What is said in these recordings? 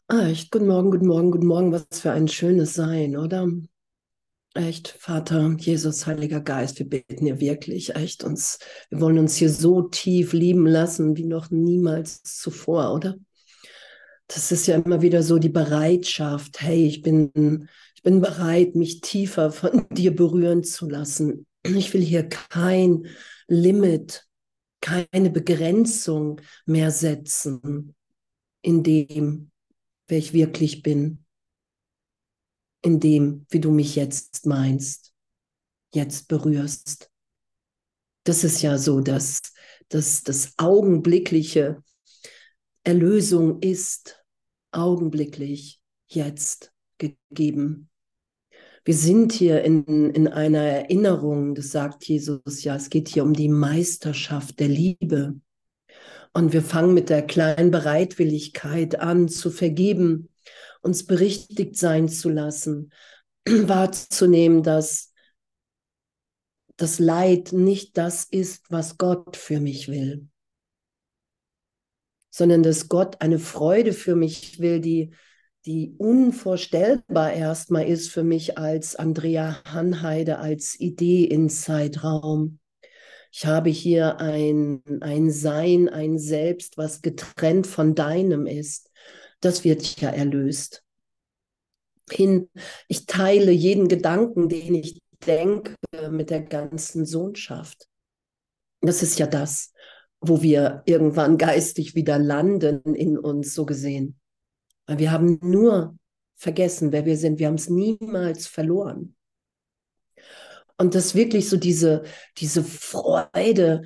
Echt, guten Morgen, guten Morgen, guten Morgen. Was für ein schönes Sein, oder? Echt, Vater, Jesus, Heiliger Geist, wir beten dir wirklich, echt wir wollen uns hier so tief lieben lassen wie noch niemals zuvor, oder? Das ist ja immer wieder so die Bereitschaft. Hey, ich bin bereit, mich tiefer von dir berühren zu lassen. Ich will hier kein Limit, keine Begrenzung mehr setzen in dem, wer ich wirklich bin. In dem, wie du mich jetzt meinst, jetzt berührst. Das ist ja so, dass das augenblickliche Erlösung ist augenblicklich jetzt gegeben. Wir sind hier in einer Erinnerung, das sagt Jesus ja, es geht hier um die Meisterschaft der Liebe. Und wir fangen mit der kleinen Bereitwilligkeit an, zu vergeben, uns berichtigt sein zu lassen, wahrzunehmen, dass das Leid nicht das ist, was Gott für mich will, sondern dass Gott eine Freude für mich will, die unvorstellbar erstmal ist für mich als Andrea Hanheide, als Idee in Zeitraum. Ich habe hier ein Sein, ein Selbst, was getrennt von deinem ist. Das wird ja erlöst. Hin, ich teile jeden Gedanken, den ich denke, mit der ganzen Sohnschaft. Das ist ja das, wo wir irgendwann geistig wieder landen in uns, so gesehen. Weil wir haben nur vergessen, wer wir sind. Wir haben es niemals verloren. Und das wirklich so diese Freude,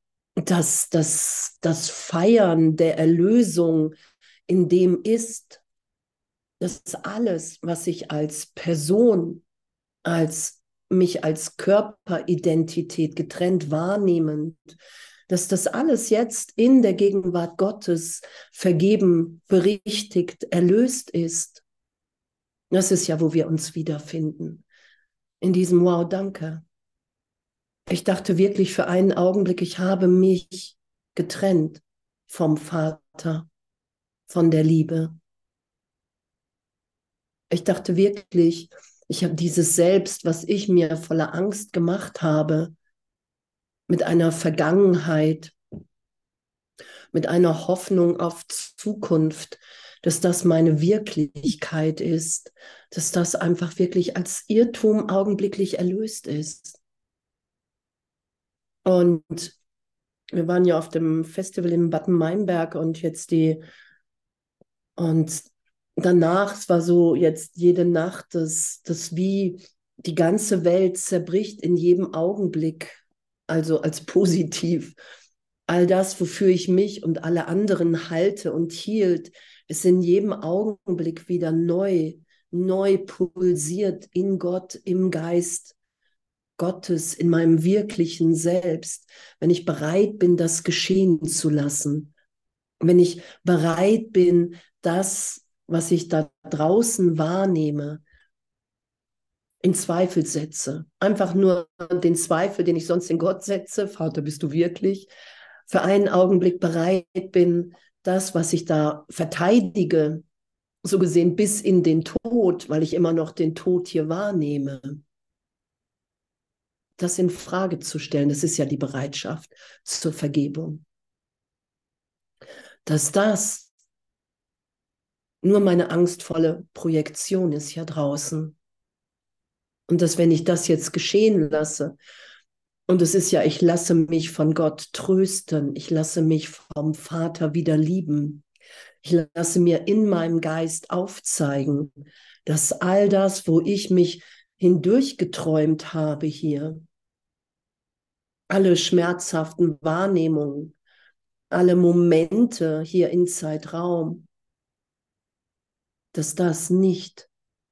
das Feiern der Erlösung in dem ist, dass alles, was ich als Person, als mich als Körperidentität getrennt wahrnehmend, dass das alles jetzt in der Gegenwart Gottes vergeben, berichtigt, erlöst ist. Das ist ja, wo wir uns wiederfinden. In diesem Wow, danke. Ich dachte wirklich für einen Augenblick, ich habe mich getrennt vom Vater, von der Liebe. Ich dachte wirklich, ich habe dieses Selbst, was ich mir voller Angst gemacht habe, mit einer Vergangenheit, mit einer Hoffnung auf Zukunft, dass das meine Wirklichkeit ist, dass das einfach wirklich als Irrtum augenblicklich erlöst ist. Und wir waren ja auf dem Festival in Bad Meinberg und danach, es war so jetzt jede Nacht, das wie die ganze Welt zerbricht in jedem Augenblick, also als positiv. All das, wofür ich mich und alle anderen halte und hielt, ist in jedem Augenblick wieder neu pulsiert in Gott, im Geist Gottes, in meinem wirklichen Selbst, wenn ich bereit bin, das geschehen zu lassen, wenn ich bereit bin, das, was ich da draußen wahrnehme, in Zweifel setze. Einfach nur den Zweifel, den ich sonst in Gott setze, Vater, bist du wirklich? Für einen Augenblick bereit bin, das, was ich da verteidige, so gesehen bis in den Tod, weil ich immer noch den Tod hier wahrnehme, das in Frage zu stellen. Das ist ja die Bereitschaft zur Vergebung. Dass das nur meine angstvolle Projektion ist hier draußen. Und dass wenn ich das jetzt geschehen lasse, und es ist ja, ich lasse mich von Gott trösten, ich lasse mich vom Vater wieder lieben, ich lasse mir in meinem Geist aufzeigen, dass all das, wo ich mich hindurchgeträumt habe hier, alle schmerzhaften Wahrnehmungen, alle Momente hier in Zeitraum, dass das nicht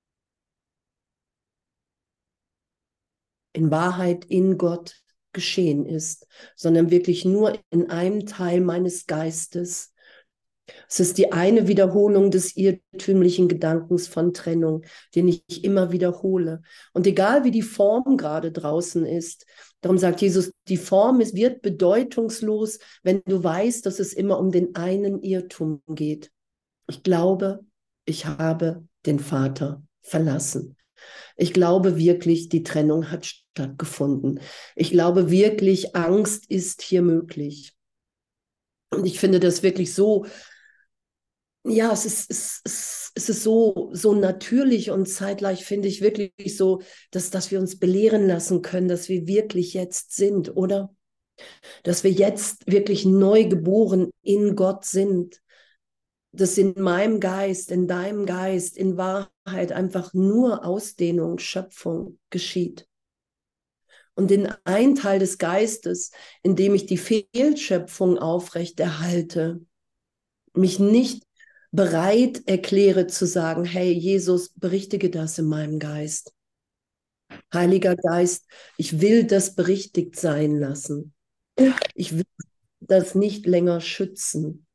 in Wahrheit in Gott geschehen ist, sondern wirklich nur in einem Teil meines Geistes. Es ist die eine Wiederholung des irrtümlichen Gedankens von Trennung, den ich immer wiederhole. Und egal wie die Form gerade draußen ist, darum sagt Jesus, die Form wird bedeutungslos, wenn du weißt, dass es immer um den einen Irrtum geht. Ich glaube, ich habe den Vater verlassen. Ich glaube wirklich, die Trennung hat stattgefunden. Ich glaube wirklich, Angst ist hier möglich. Und ich finde das wirklich so, ja, es ist so, so natürlich und zeitgleich finde ich wirklich so, dass wir uns belehren lassen können, dass wir wirklich jetzt sind, oder? Dass wir jetzt wirklich neu geboren in Gott sind. Dass in meinem Geist, in deinem Geist, in Wahrheit einfach nur Ausdehnung, Schöpfung geschieht. Und in ein Teil des Geistes, in dem ich die Fehlschöpfung aufrechterhalte, mich nicht bereit erkläre zu sagen, hey Jesus, berichtige das in meinem Geist. Heiliger Geist, ich will das berichtigt sein lassen. Ich will das nicht länger schützen.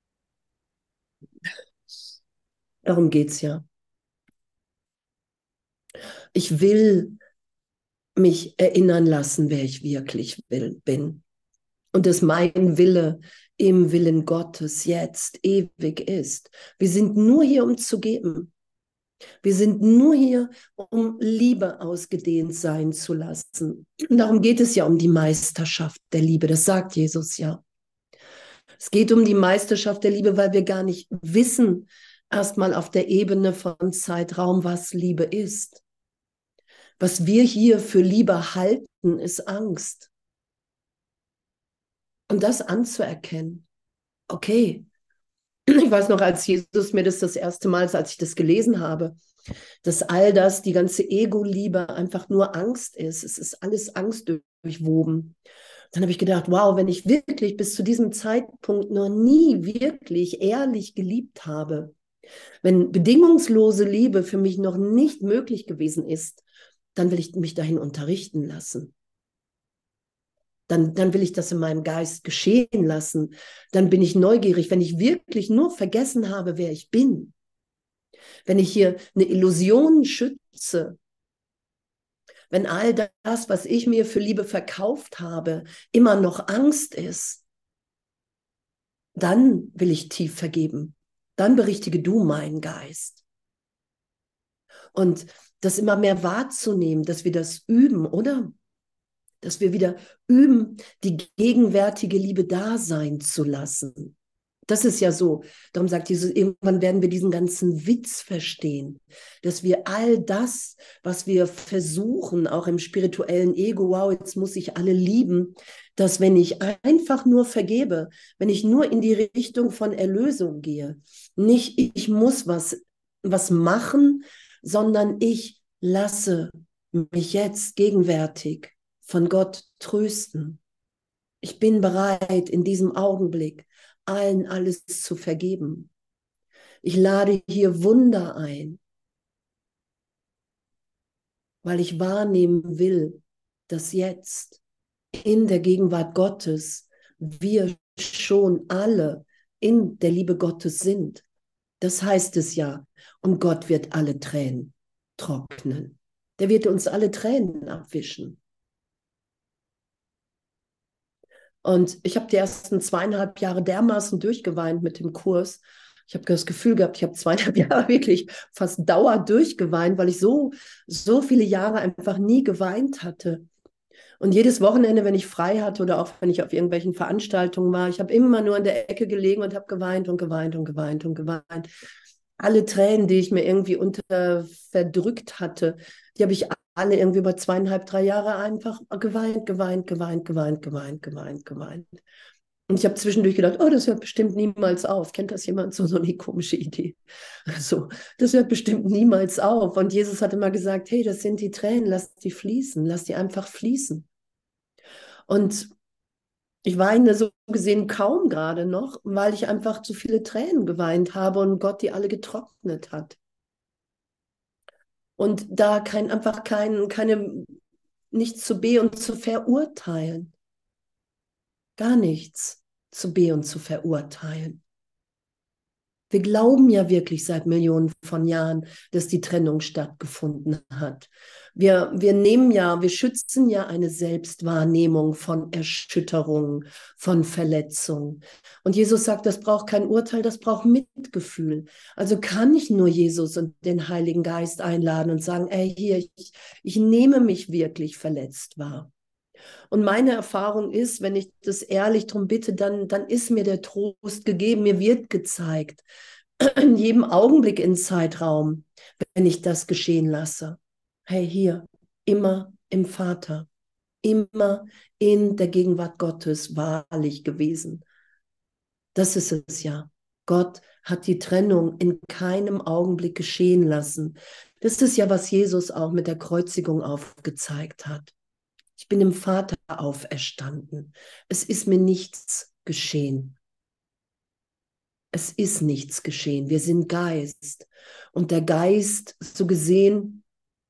Darum geht es ja. Ich will mich erinnern lassen, wer ich wirklich bin. Und dass mein Wille im Willen Gottes jetzt ewig ist. Wir sind nur hier, um zu geben. Wir sind nur hier, um Liebe ausgedehnt sein zu lassen. Und darum geht es ja um die Meisterschaft der Liebe. Das sagt Jesus ja. Es geht um die Meisterschaft der Liebe, weil wir gar nicht wissen, erstmal auf der Ebene von Zeitraum, was Liebe ist. Was wir hier für Liebe halten, ist Angst. Und das anzuerkennen. Okay, ich weiß noch, als Jesus mir das erste Mal, als ich das gelesen habe, dass all das, die ganze Ego-Liebe einfach nur Angst ist. Es ist alles Angst durchwoben. Dann habe ich gedacht, wow, wenn ich wirklich bis zu diesem Zeitpunkt noch nie wirklich ehrlich geliebt habe, wenn bedingungslose Liebe für mich noch nicht möglich gewesen ist, dann will ich mich dahin unterrichten lassen. Dann will ich das in meinem Geist geschehen lassen. Dann bin ich neugierig, wenn ich wirklich nur vergessen habe, wer ich bin. Wenn ich hier eine Illusion schütze, wenn all das, was ich mir für Liebe verkauft habe, immer noch Angst ist, dann will ich tief vergeben. Dann berichtige du meinen Geist. Und das immer mehr wahrzunehmen, dass wir das üben, oder? Dass wir wieder üben, die gegenwärtige Liebe da sein zu lassen. Das ist ja so. Darum sagt Jesus, irgendwann werden wir diesen ganzen Witz verstehen, dass wir all das, was wir versuchen, auch im spirituellen Ego, wow, jetzt muss ich alle lieben, dass wenn ich einfach nur vergebe, wenn ich nur in die Richtung von Erlösung gehe, nicht ich muss was machen, sondern ich lasse mich jetzt gegenwärtig von Gott trösten. Ich bin bereit, in diesem Augenblick allen alles zu vergeben. Ich lade hier Wunder ein, weil ich wahrnehmen will, dass jetzt in der Gegenwart Gottes wir schon alle in der Liebe Gottes sind. Das heißt es ja. Und Gott wird alle Tränen trocknen. Der wird uns alle Tränen abwischen. Und ich habe die ersten 2,5 Jahre dermaßen durchgeweint mit dem Kurs. Ich habe das Gefühl gehabt, ich habe 2,5 Jahre wirklich fast dauernd durchgeweint, weil ich so viele Jahre einfach nie geweint hatte. Und jedes Wochenende, wenn ich frei hatte oder auch wenn ich auf irgendwelchen Veranstaltungen war, ich habe immer nur in der Ecke gelegen und habe geweint und geweint und geweint und geweint. Alle Tränen, die ich mir irgendwie unter verdrückt hatte, die habe ich alle irgendwie über 2,5, 3 Jahre einfach geweint, geweint, geweint, geweint, geweint, geweint, geweint. Und ich habe zwischendurch gedacht, oh, das hört bestimmt niemals auf. Kennt das jemand? So eine komische Idee. So, das hört bestimmt niemals auf. Und Jesus hat immer gesagt, hey, das sind die Tränen, lass die fließen, lass die einfach fließen. Und ich weine so gesehen kaum gerade noch, weil ich einfach zu viele Tränen geweint habe und Gott die alle getrocknet hat. Und da keine, nichts zu be und zu verurteilen. Gar nichts zu be und zu verurteilen. Wir glauben ja wirklich seit Millionen von Jahren, dass die Trennung stattgefunden hat. Wir schützen ja eine Selbstwahrnehmung von Erschütterung, von Verletzung. Und Jesus sagt, das braucht kein Urteil, das braucht Mitgefühl. Also kann ich nur Jesus und den Heiligen Geist einladen und sagen, ey, hier, ich nehme mich wirklich verletzt wahr. Und meine Erfahrung ist, wenn ich das ehrlich darum bitte, dann ist mir der Trost gegeben, mir wird gezeigt, in jedem Augenblick in Zeitraum, wenn ich das geschehen lasse. Hey, hier, immer im Vater, immer in der Gegenwart Gottes wahrlich gewesen. Das ist es ja. Gott hat die Trennung in keinem Augenblick geschehen lassen. Das ist ja, was Jesus auch mit der Kreuzigung aufgezeigt hat. Ich bin im Vater auferstanden. Es ist mir nichts geschehen. Es ist nichts geschehen. Wir sind Geist. Und der Geist, so gesehen,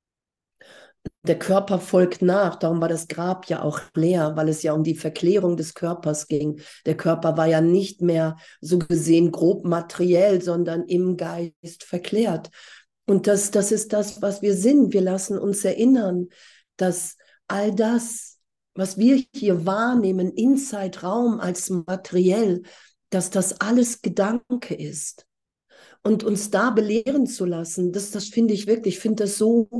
der Körper folgt nach. Darum war das Grab ja auch leer, weil es ja um die Verklärung des Körpers ging. Der Körper war ja nicht mehr so gesehen grob materiell, sondern im Geist verklärt. Und das ist das, was wir sind. Wir lassen uns erinnern, dass all das, was wir hier wahrnehmen, in Zeitraum als materiell, dass das alles Gedanke ist. Und uns da belehren zu lassen, das finde ich wirklich, ich finde das so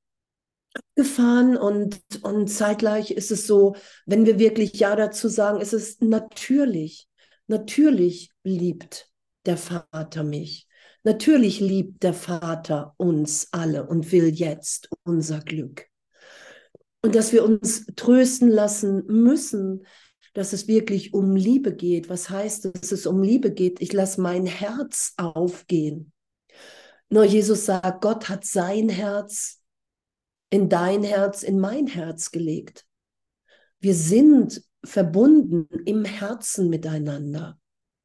gefahren und zeitgleich ist es so, wenn wir wirklich Ja dazu sagen, ist es natürlich, natürlich liebt der Vater mich. Natürlich liebt der Vater uns alle und will jetzt unser Glück. Und dass wir uns trösten lassen müssen, dass es wirklich um Liebe geht. Was heißt, dass es um Liebe geht? Ich lasse mein Herz aufgehen. Nur Jesus sagt, Gott hat sein Herz in dein Herz, in mein Herz gelegt. Wir sind verbunden im Herzen miteinander.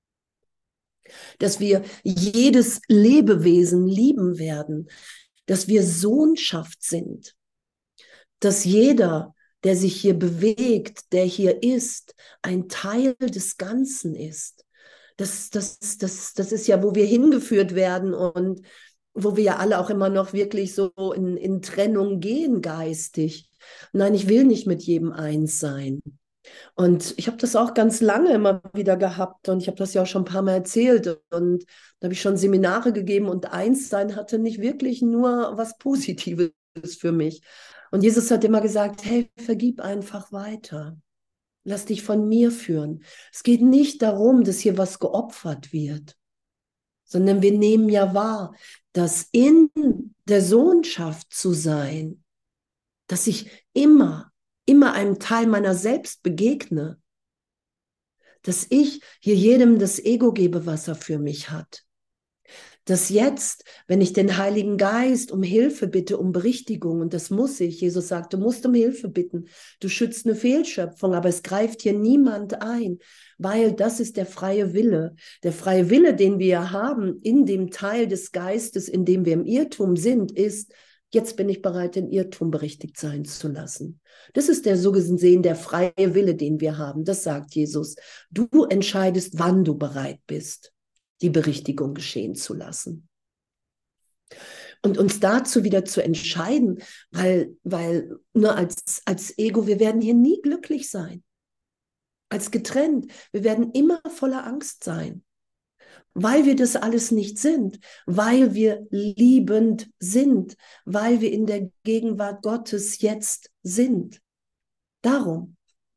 Dass wir jedes Lebewesen lieben werden. Dass wir Sohnschaft sind. Dass jeder, der sich hier bewegt, der hier ist, ein Teil des Ganzen ist. Das ist ja, wo wir hingeführt werden und wo wir ja alle auch immer noch wirklich so in Trennung gehen geistig. Nein, ich will nicht mit jedem eins sein. Und ich habe das auch ganz lange immer wieder gehabt und ich habe das ja auch schon ein paar Mal erzählt und da habe ich schon Seminare gegeben und Einssein hatte nicht wirklich nur was Positives für mich. Und Jesus hat immer gesagt, hey, vergib einfach weiter. Lass dich von mir führen. Es geht nicht darum, dass hier was geopfert wird, sondern wir nehmen ja wahr, dass in der Sohnschaft zu sein, dass ich immer einem Teil meiner selbst begegne, dass ich hier jedem das Ego gebe, was er für mich hat. Dass jetzt, wenn ich den Heiligen Geist um Hilfe bitte, um Berichtigung, und das muss ich, Jesus sagt, du musst um Hilfe bitten, du schützt eine Fehlschöpfung, aber es greift hier niemand ein, weil das ist der freie Wille. Der freie Wille, den wir haben in dem Teil des Geistes, in dem wir im Irrtum sind, ist, jetzt bin ich bereit, den Irrtum berichtigt sein zu lassen. Das ist der so gesehen der freie Wille, den wir haben. Das sagt Jesus. Du entscheidest, wann du bereit bist, die Berichtigung geschehen zu lassen. Und uns dazu wieder zu entscheiden, weil nur als Ego, wir werden hier nie glücklich sein. Als getrennt, wir werden immer voller Angst sein, weil wir das alles nicht sind, weil wir liebend sind, weil wir in der Gegenwart Gottes jetzt sind. Darum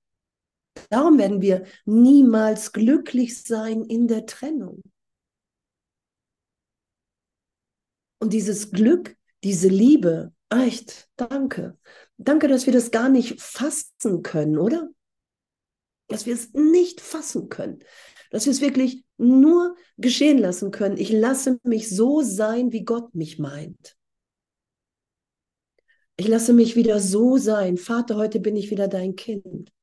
werden wir niemals glücklich sein in der Trennung. Und dieses Glück, diese Liebe, echt, danke. Danke, dass wir das gar nicht fassen können, oder? Dass wir es nicht fassen können. Dass wir es wirklich nur geschehen lassen können. Ich lasse mich so sein, wie Gott mich meint. Ich lasse mich wieder so sein. Vater, heute bin ich wieder dein Kind.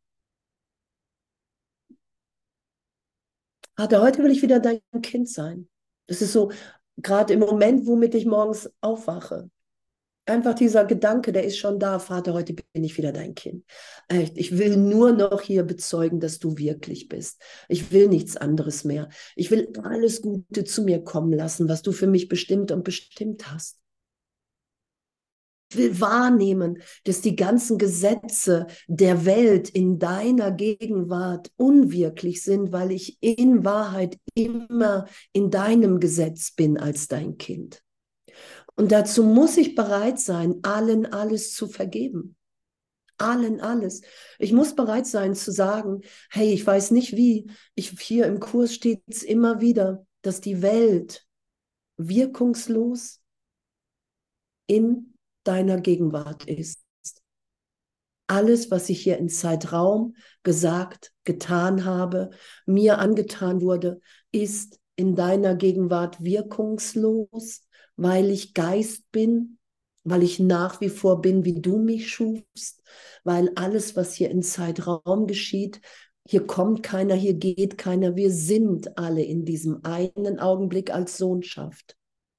Vater, heute will ich wieder dein Kind sein. Das ist so gerade im Moment, womit ich morgens aufwache. Einfach dieser Gedanke, der ist schon da. Vater, heute bin ich wieder dein Kind. Echt, ich will nur noch hier bezeugen, dass du wirklich bist. Ich will nichts anderes mehr. Ich will alles Gute zu mir kommen lassen, was du für mich bestimmt und bestimmt hast. Ich will wahrnehmen, dass die ganzen Gesetze der Welt in deiner Gegenwart unwirklich sind, weil ich in Wahrheit immer in deinem Gesetz bin als dein Kind. Und dazu muss ich bereit sein, allen alles zu vergeben. Allen alles. Ich muss bereit sein zu sagen, hey, ich weiß nicht wie. Hier im Kurs steht es immer wieder, dass die Welt wirkungslos in deiner Gegenwart ist. Alles, was ich hier in Zeitraum gesagt, getan habe, mir angetan wurde, ist in deiner Gegenwart wirkungslos, weil ich Geist bin, weil ich nach wie vor bin, wie du mich schufst, weil alles, was hier in Zeitraum geschieht, hier kommt keiner, hier geht keiner, wir sind alle in diesem einen Augenblick als Sohnschaft.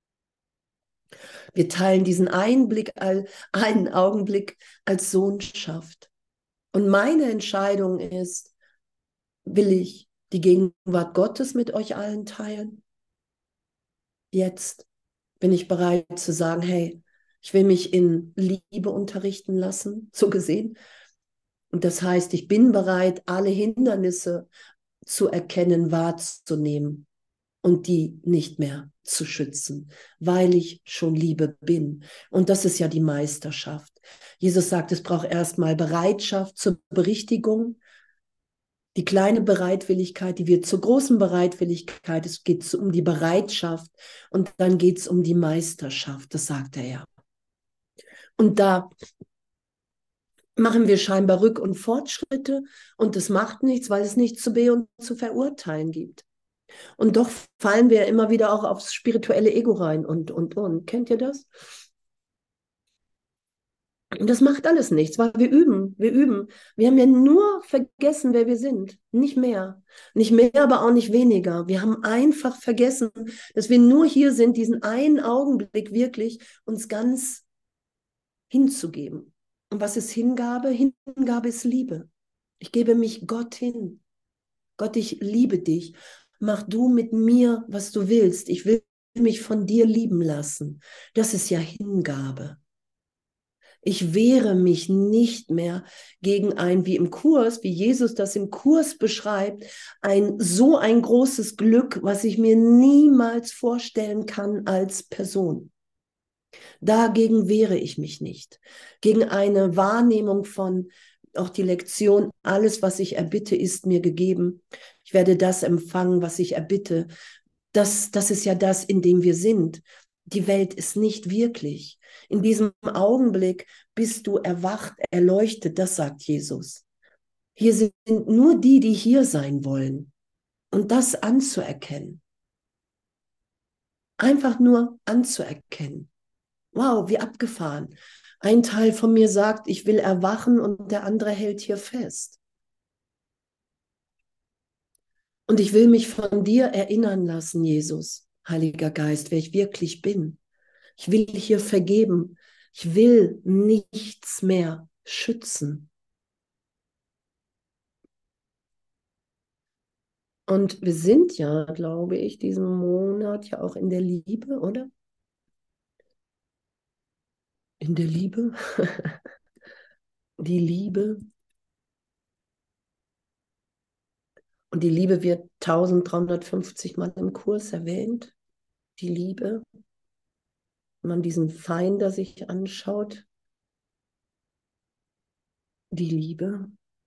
Wir teilen diesen einen Augenblick als Sohnschaft. Und meine Entscheidung ist, will ich die Gegenwart Gottes mit euch allen teilen? Jetzt bin ich bereit zu sagen, hey, ich will mich in Liebe unterrichten lassen, so gesehen. Und das heißt, ich bin bereit, alle Hindernisse zu erkennen, wahrzunehmen und die nicht mehr zu schützen, weil ich schon Liebe bin. Und das ist ja die Meisterschaft. Jesus sagt, es braucht erstmal Bereitschaft zur Berichtigung, die kleine Bereitwilligkeit, die wird zur großen Bereitwilligkeit. Es geht um die Bereitschaft und dann geht es um die Meisterschaft, das sagt er ja. Und da machen wir scheinbar Rück- und Fortschritte und das macht nichts, weil es nichts zu be- und zu verurteilen gibt. Und doch fallen wir immer wieder auch aufs spirituelle Ego rein und. Kennt ihr das? Und das macht alles nichts, weil wir üben, wir üben. Wir haben ja nur vergessen, wer wir sind. Nicht mehr. Nicht mehr, aber auch nicht weniger. Wir haben einfach vergessen, dass wir nur hier sind, diesen einen Augenblick wirklich uns ganz hinzugeben. Und was ist Hingabe? Hingabe ist Liebe. Ich gebe mich Gott hin. Gott, ich liebe dich. Mach du mit mir, was du willst. Ich will mich von dir lieben lassen. Das ist ja Hingabe. Ich wehre mich nicht mehr gegen ein, wie im Kurs, wie Jesus das im Kurs beschreibt, so ein großes Glück, was ich mir niemals vorstellen kann als Person. Dagegen wehre ich mich nicht. Gegen eine Wahrnehmung von, auch die Lektion, alles, was ich erbitte, ist mir gegeben. Ich werde das empfangen, was ich erbitte. Das ist ja das, in dem wir sind. Die Welt ist nicht wirklich. In diesem Augenblick bist du erwacht, erleuchtet, das sagt Jesus. Hier sind nur die, die hier sein wollen. Und das anzuerkennen. Einfach nur anzuerkennen. Wow, wie abgefahren. Ein Teil von mir sagt, ich will erwachen und der andere hält hier fest. Und ich will mich von dir erinnern lassen, Jesus, Heiliger Geist, wer ich wirklich bin. Ich will hier vergeben. Ich will nichts mehr schützen. Und wir sind ja, glaube ich, diesen Monat ja auch in der Liebe, oder? In der Liebe. Die Liebe. Und die Liebe wird 1350 Mal im Kurs erwähnt. Die Liebe. Wenn man diesen Feinder sich anschaut. Die Liebe.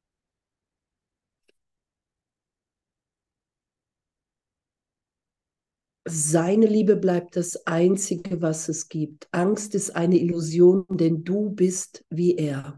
Seine Liebe bleibt das Einzige, was es gibt. Angst ist eine Illusion, denn du bist wie er.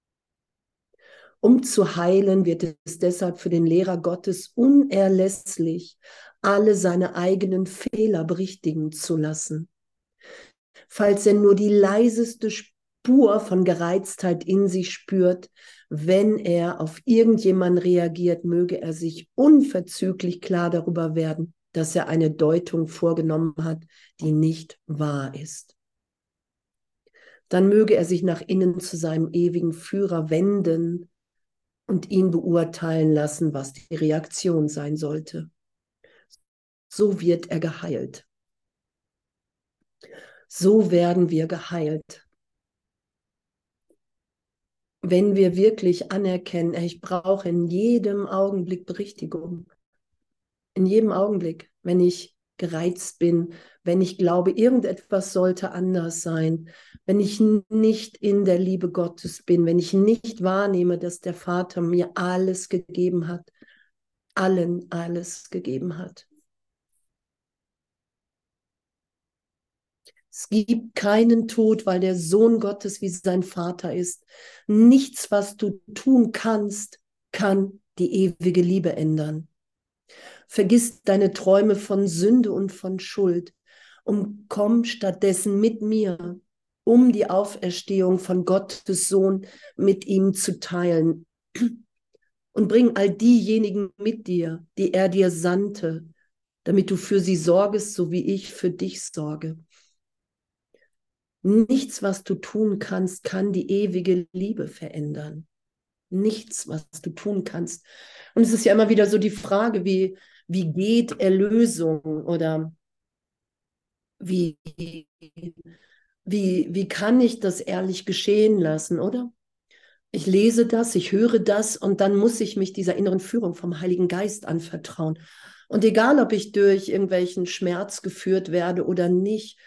Um zu heilen, wird es deshalb für den Lehrer Gottes unerlässlich, alle seine eigenen Fehler berichtigen zu lassen. Falls er nur die leiseste Spur von Gereiztheit in sich spürt, wenn er auf irgendjemanden reagiert, möge er sich unverzüglich klar darüber werden, dass er eine Deutung vorgenommen hat, die nicht wahr ist. dann möge er sich nach innen zu seinem ewigen Führer wenden und ihn beurteilen lassen, was die Reaktion sein sollte. So wird er geheilt. So werden wir geheilt. Wenn wir wirklich anerkennen, ich brauche in jedem Augenblick Berichtigung. In jedem Augenblick, wenn ich gereizt bin, wenn ich glaube, irgendetwas sollte anders sein, wenn ich nicht in der Liebe Gottes bin, wenn ich nicht wahrnehme, dass der Vater mir alles gegeben hat, allen alles gegeben hat. Es gibt keinen Tod, weil der Sohn Gottes wie sein Vater ist. Nichts, was du tun kannst, kann die ewige Liebe ändern. Vergiss deine Träume von Sünde und von Schuld und komm stattdessen mit mir, um die Auferstehung von Gottes Sohn mit ihm zu teilen. Und bring all diejenigen mit dir, die er dir sandte, damit du für sie sorgest, so wie ich für dich sorge. Nichts, was du tun kannst, kann die ewige Liebe verändern. Nichts, was du tun kannst. Und es ist ja immer wieder so die Frage, wie geht Erlösung oder wie, wie kann ich das ehrlich geschehen lassen, oder? Ich lese das, ich höre das und dann muss ich mich dieser inneren Führung vom Heiligen Geist anvertrauen. Und egal, ob ich durch irgendwelchen Schmerz geführt werde oder nicht,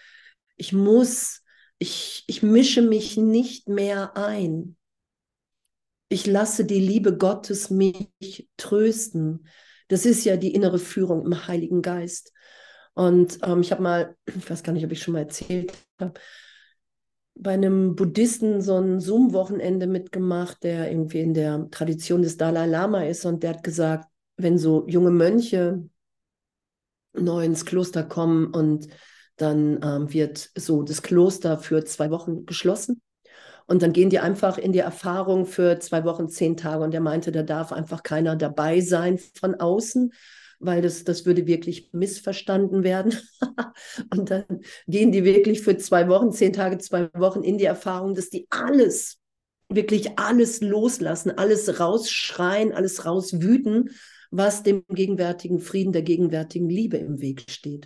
ich mische mich nicht mehr ein. Ich lasse die Liebe Gottes mich trösten. Das ist ja die innere Führung im Heiligen Geist. Und ich habe mal, ich weiß gar nicht, ob ich schon mal erzählt habe, bei einem Buddhisten so ein Zoom-Wochenende mitgemacht, der irgendwie in der Tradition des Dalai Lama ist. Und der hat gesagt, wenn so junge Mönche neu ins Kloster kommen und dann wird so das Kloster für 2 Wochen geschlossen. Und dann gehen die einfach in die Erfahrung für 2 Wochen, 10 Tage. Und er meinte, da darf einfach keiner dabei sein von außen, weil das würde wirklich missverstanden werden. Und dann gehen die wirklich für 2 Wochen, 10 Tage, 2 Wochen in die Erfahrung, dass die alles, wirklich alles loslassen, alles rausschreien, alles rauswüten, was dem gegenwärtigen Frieden, der gegenwärtigen Liebe im Weg steht.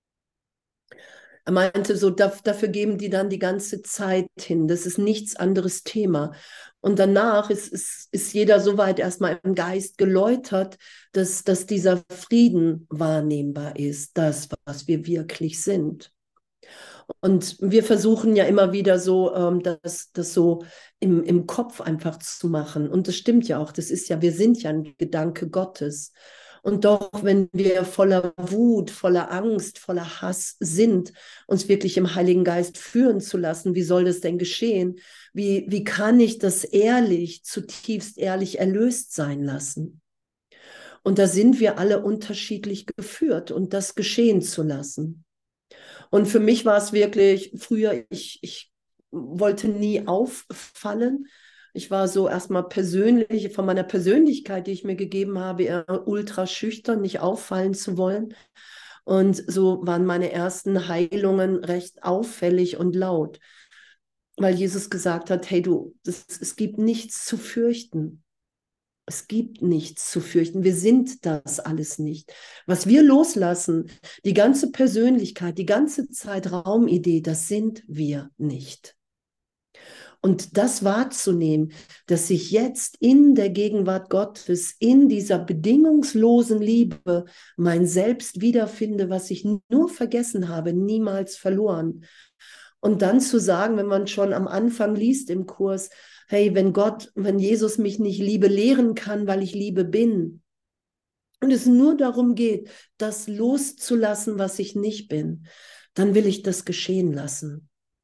Er meinte, so dafür geben die dann die ganze Zeit hin. Das ist nichts anderes Thema. Und danach ist jeder soweit erstmal im Geist geläutert, dass dieser Frieden wahrnehmbar ist, das, was wir wirklich sind. Und wir versuchen ja immer wieder so, das so im Kopf einfach zu machen. Und das stimmt ja auch. Das ist ja, wir sind ja ein Gedanke Gottes. Und doch, wenn wir voller Wut, voller Angst, voller Hass sind, uns wirklich im Heiligen Geist führen zu lassen, wie soll das denn geschehen? Wie kann ich das ehrlich, zutiefst ehrlich erlöst sein lassen? Und da sind wir alle unterschiedlich geführt und das geschehen zu lassen. Und für mich war es wirklich früher, ich wollte nie auffallen. Ich war so erstmal persönlich, von meiner Persönlichkeit, die ich mir gegeben habe, eher ultra schüchtern, nicht auffallen zu wollen. Und so waren meine ersten Heilungen recht auffällig und laut, weil Jesus gesagt hat, hey du, es gibt nichts zu fürchten. Es gibt nichts zu fürchten. Wir sind das alles nicht. Was wir loslassen, die ganze Persönlichkeit, die ganze Zeitraumidee, das sind wir nicht. Und das wahrzunehmen, dass ich jetzt in der Gegenwart Gottes, in dieser bedingungslosen Liebe mein Selbst wiederfinde, was ich nur vergessen habe, niemals verloren. Und dann zu sagen, wenn man schon am Anfang liest im Kurs, hey, wenn Jesus mich nicht Liebe lehren kann, weil ich Liebe bin, und es nur darum geht, das loszulassen, was ich nicht bin, dann will ich das geschehen lassen.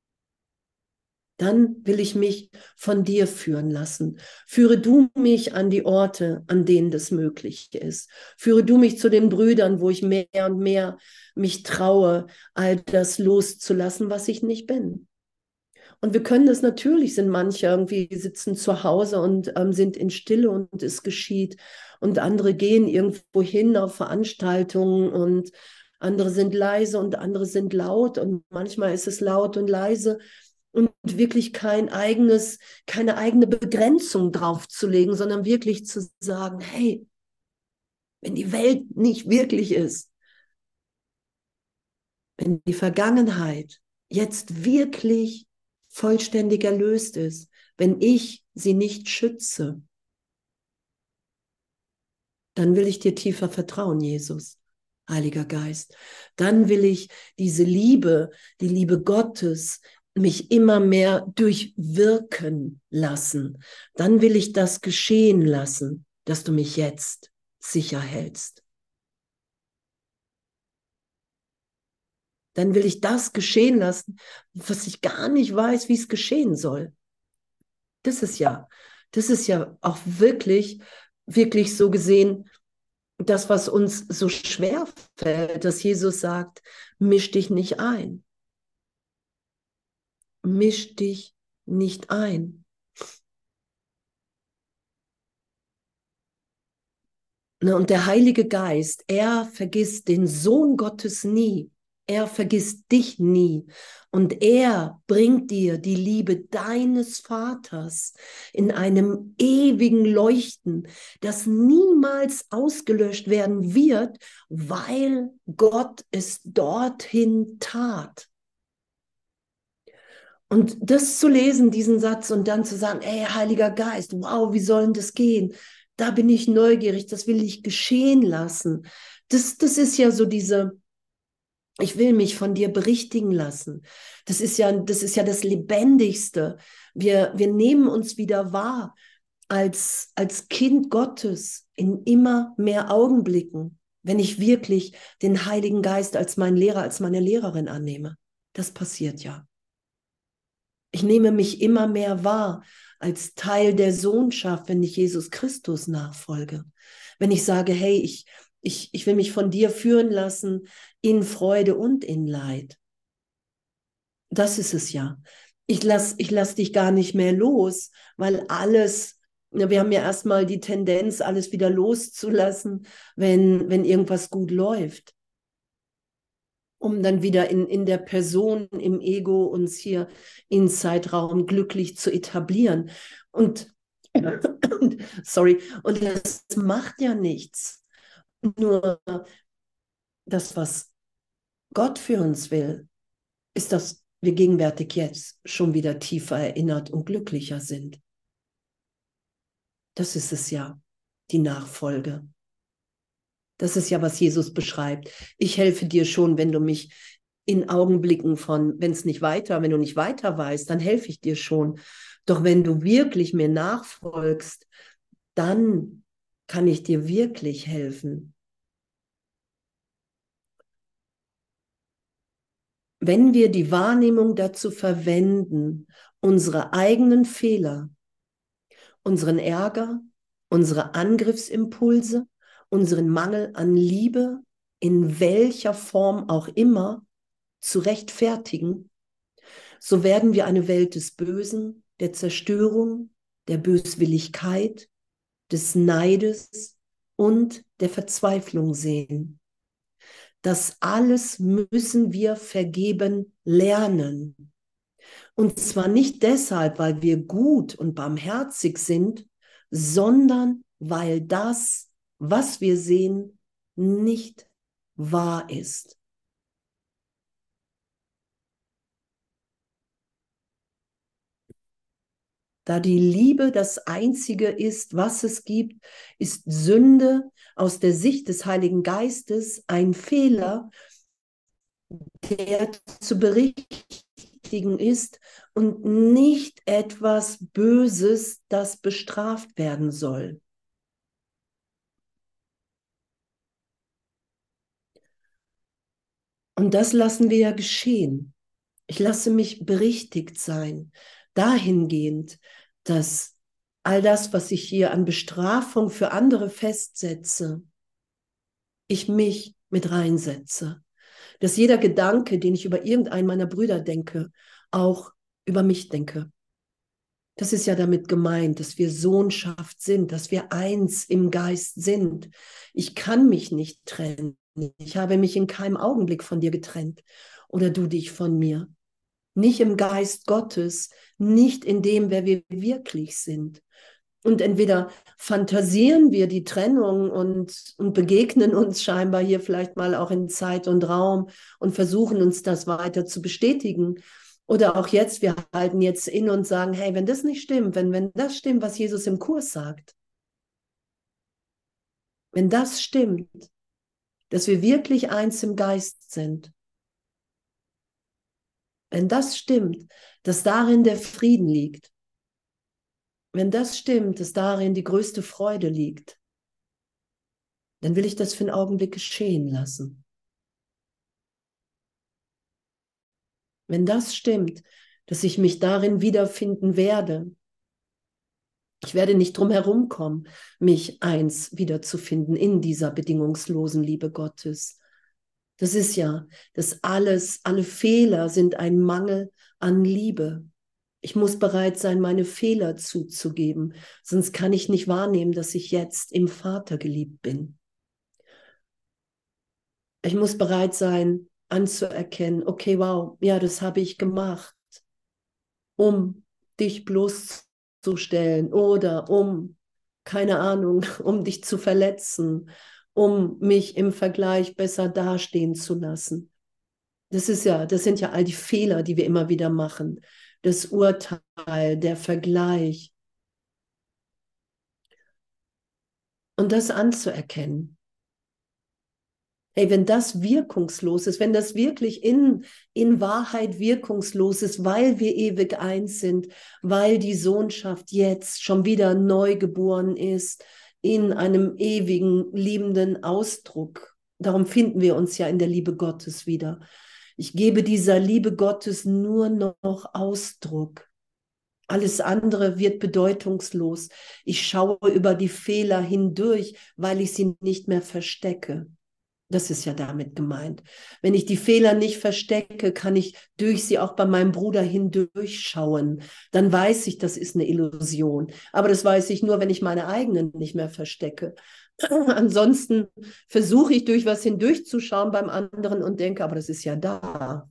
Dann will ich mich von dir führen lassen. Führe du mich an die Orte, an denen das möglich ist. Führe du mich zu den Brüdern, wo ich mehr und mehr mich traue, all das loszulassen, was ich nicht bin. Und wir können das natürlich, sind manche irgendwie sitzen zu Hause und sind in Stille und es geschieht. Und andere gehen irgendwo hin auf Veranstaltungen und andere sind leise und andere sind laut. Und manchmal ist es laut und leise. und wirklich keine eigene Begrenzung draufzulegen, sondern wirklich zu sagen, hey, wenn die Welt nicht wirklich ist, wenn die Vergangenheit jetzt wirklich vollständig erlöst ist, wenn ich sie nicht schütze, dann will ich dir tiefer vertrauen, Jesus, Heiliger Geist. Dann will ich diese Liebe, die Liebe Gottes, mich immer mehr durchwirken lassen. Dann will ich das geschehen lassen, dass du mich jetzt sicher hältst. Dann will ich das geschehen lassen, was ich gar nicht weiß, wie es geschehen soll. Das ist ja, das ist ja auch wirklich, wirklich so gesehen, das, was uns so schwer fällt, dass Jesus sagt, misch dich nicht ein. Misch dich nicht ein. Und der Heilige Geist, er vergisst den Sohn Gottes nie. Er vergisst dich nie. Und er bringt dir die Liebe deines Vaters in einem ewigen Leuchten, das niemals ausgelöscht werden wird, weil Gott es dorthin tat. Und das zu lesen, diesen Satz, und dann zu sagen, ey, Heiliger Geist, wow, wie soll denn das gehen? Da bin ich neugierig, das will ich geschehen lassen. Das ist ja so ich will mich von dir berichtigen lassen. Das ist ja das Lebendigste. Wir nehmen uns wieder wahr als Kind Gottes in immer mehr Augenblicken, wenn ich wirklich den Heiligen Geist als meinen Lehrer, als meine Lehrerin annehme. Das passiert ja. Ich nehme mich immer mehr wahr als Teil der Sohnschaft, wenn ich Jesus Christus nachfolge. Wenn ich sage, hey, ich will mich von dir führen lassen in Freude und in Leid. Das ist es ja. Ich lass dich gar nicht mehr los, weil alles, wir haben ja erstmal die Tendenz, alles wieder loszulassen, wenn irgendwas gut läuft, um dann wieder in der Person, im Ego uns hier in Zeitraum glücklich zu etablieren. Und sorry, und das macht ja nichts. Nur das, was Gott für uns will, ist, dass wir gegenwärtig jetzt schon wieder tiefer erinnert und glücklicher sind. Das ist es ja, die Nachfolge. Das ist ja, was Jesus beschreibt. Ich helfe dir schon, wenn du mich in Augenblicken von, wenn du nicht weiter weißt, dann helfe ich dir schon. Doch wenn du wirklich mir nachfolgst, dann kann ich dir wirklich helfen. Wenn wir die Wahrnehmung dazu verwenden, unsere eigenen Fehler, unseren Ärger, unsere Angriffsimpulse, unseren Mangel an Liebe, in welcher Form auch immer, zu rechtfertigen, so werden wir eine Welt des Bösen, der Zerstörung, der Böswilligkeit, des Neides und der Verzweiflung sehen. Das alles müssen wir vergeben lernen. Und zwar nicht deshalb, weil wir gut und barmherzig sind, sondern weil das, was wir sehen, nicht wahr ist. Da die Liebe das Einzige ist, was es gibt, ist Sünde aus der Sicht des Heiligen Geistes ein Fehler, der zu berichtigen ist und nicht etwas Böses, das bestraft werden soll. Und das lassen wir ja geschehen. Ich lasse mich berichtigt sein, dahingehend, dass all das, was ich hier an Bestrafung für andere festsetze, ich mich mit reinsetze. Dass jeder Gedanke, den ich über irgendeinen meiner Brüder denke, auch über mich denke. Das ist ja damit gemeint, dass wir Sohnschaft sind, dass wir eins im Geist sind. Ich kann mich nicht trennen. Ich habe mich in keinem Augenblick von dir getrennt oder du dich von mir. nicht im Geist Gottes, nicht in dem, wer wir wirklich sind. Und entweder fantasieren wir die Trennung und begegnen uns scheinbar hier vielleicht mal auch in Zeit und Raum und versuchen uns das weiter zu bestätigen. Oder auch jetzt, wir halten jetzt in und sagen, hey, wenn das nicht stimmt, wenn das stimmt, was Jesus im Kurs sagt, wenn das stimmt, dass wir wirklich eins im Geist sind, wenn das stimmt, dass darin der Frieden liegt, wenn das stimmt, dass darin die größte Freude liegt, dann will ich das für einen Augenblick geschehen lassen. Wenn das stimmt, dass ich mich darin wiederfinden werde, ich werde nicht drum herum kommen, mich eins wiederzufinden in dieser bedingungslosen Liebe Gottes. Das ist ja, dass alle Fehler sind ein Mangel an Liebe. Ich muss bereit sein, meine Fehler zuzugeben, sonst kann ich nicht wahrnehmen, dass ich jetzt im Vater geliebt bin. Ich muss bereit sein, anzuerkennen, okay, wow, ja, das habe ich gemacht, um dich bloßzustellen oder um, keine Ahnung, um dich zu verletzen, um mich im Vergleich besser dastehen zu lassen. Das sind ja all die Fehler, die wir immer wieder machen. Das Urteil, der Vergleich. Und das anzuerkennen. Hey, wenn das wirkungslos ist, wenn das wirklich in Wahrheit wirkungslos ist, weil wir ewig eins sind, weil die Sohnschaft jetzt schon wieder neu geboren ist, in einem ewigen, liebenden Ausdruck. Darum finden wir uns ja in der Liebe Gottes wieder. Ich gebe dieser Liebe Gottes nur noch Ausdruck. Alles andere wird bedeutungslos. Ich schaue über die Fehler hindurch, weil ich sie nicht mehr verstecke. Das ist ja damit gemeint. Wenn ich die Fehler nicht verstecke, kann ich durch sie auch bei meinem Bruder hindurchschauen. Dann weiß ich, das ist eine Illusion. Aber das weiß ich nur, wenn ich meine eigenen nicht mehr verstecke. Ansonsten versuche ich durch was hindurchzuschauen beim anderen und denke, aber das ist ja da.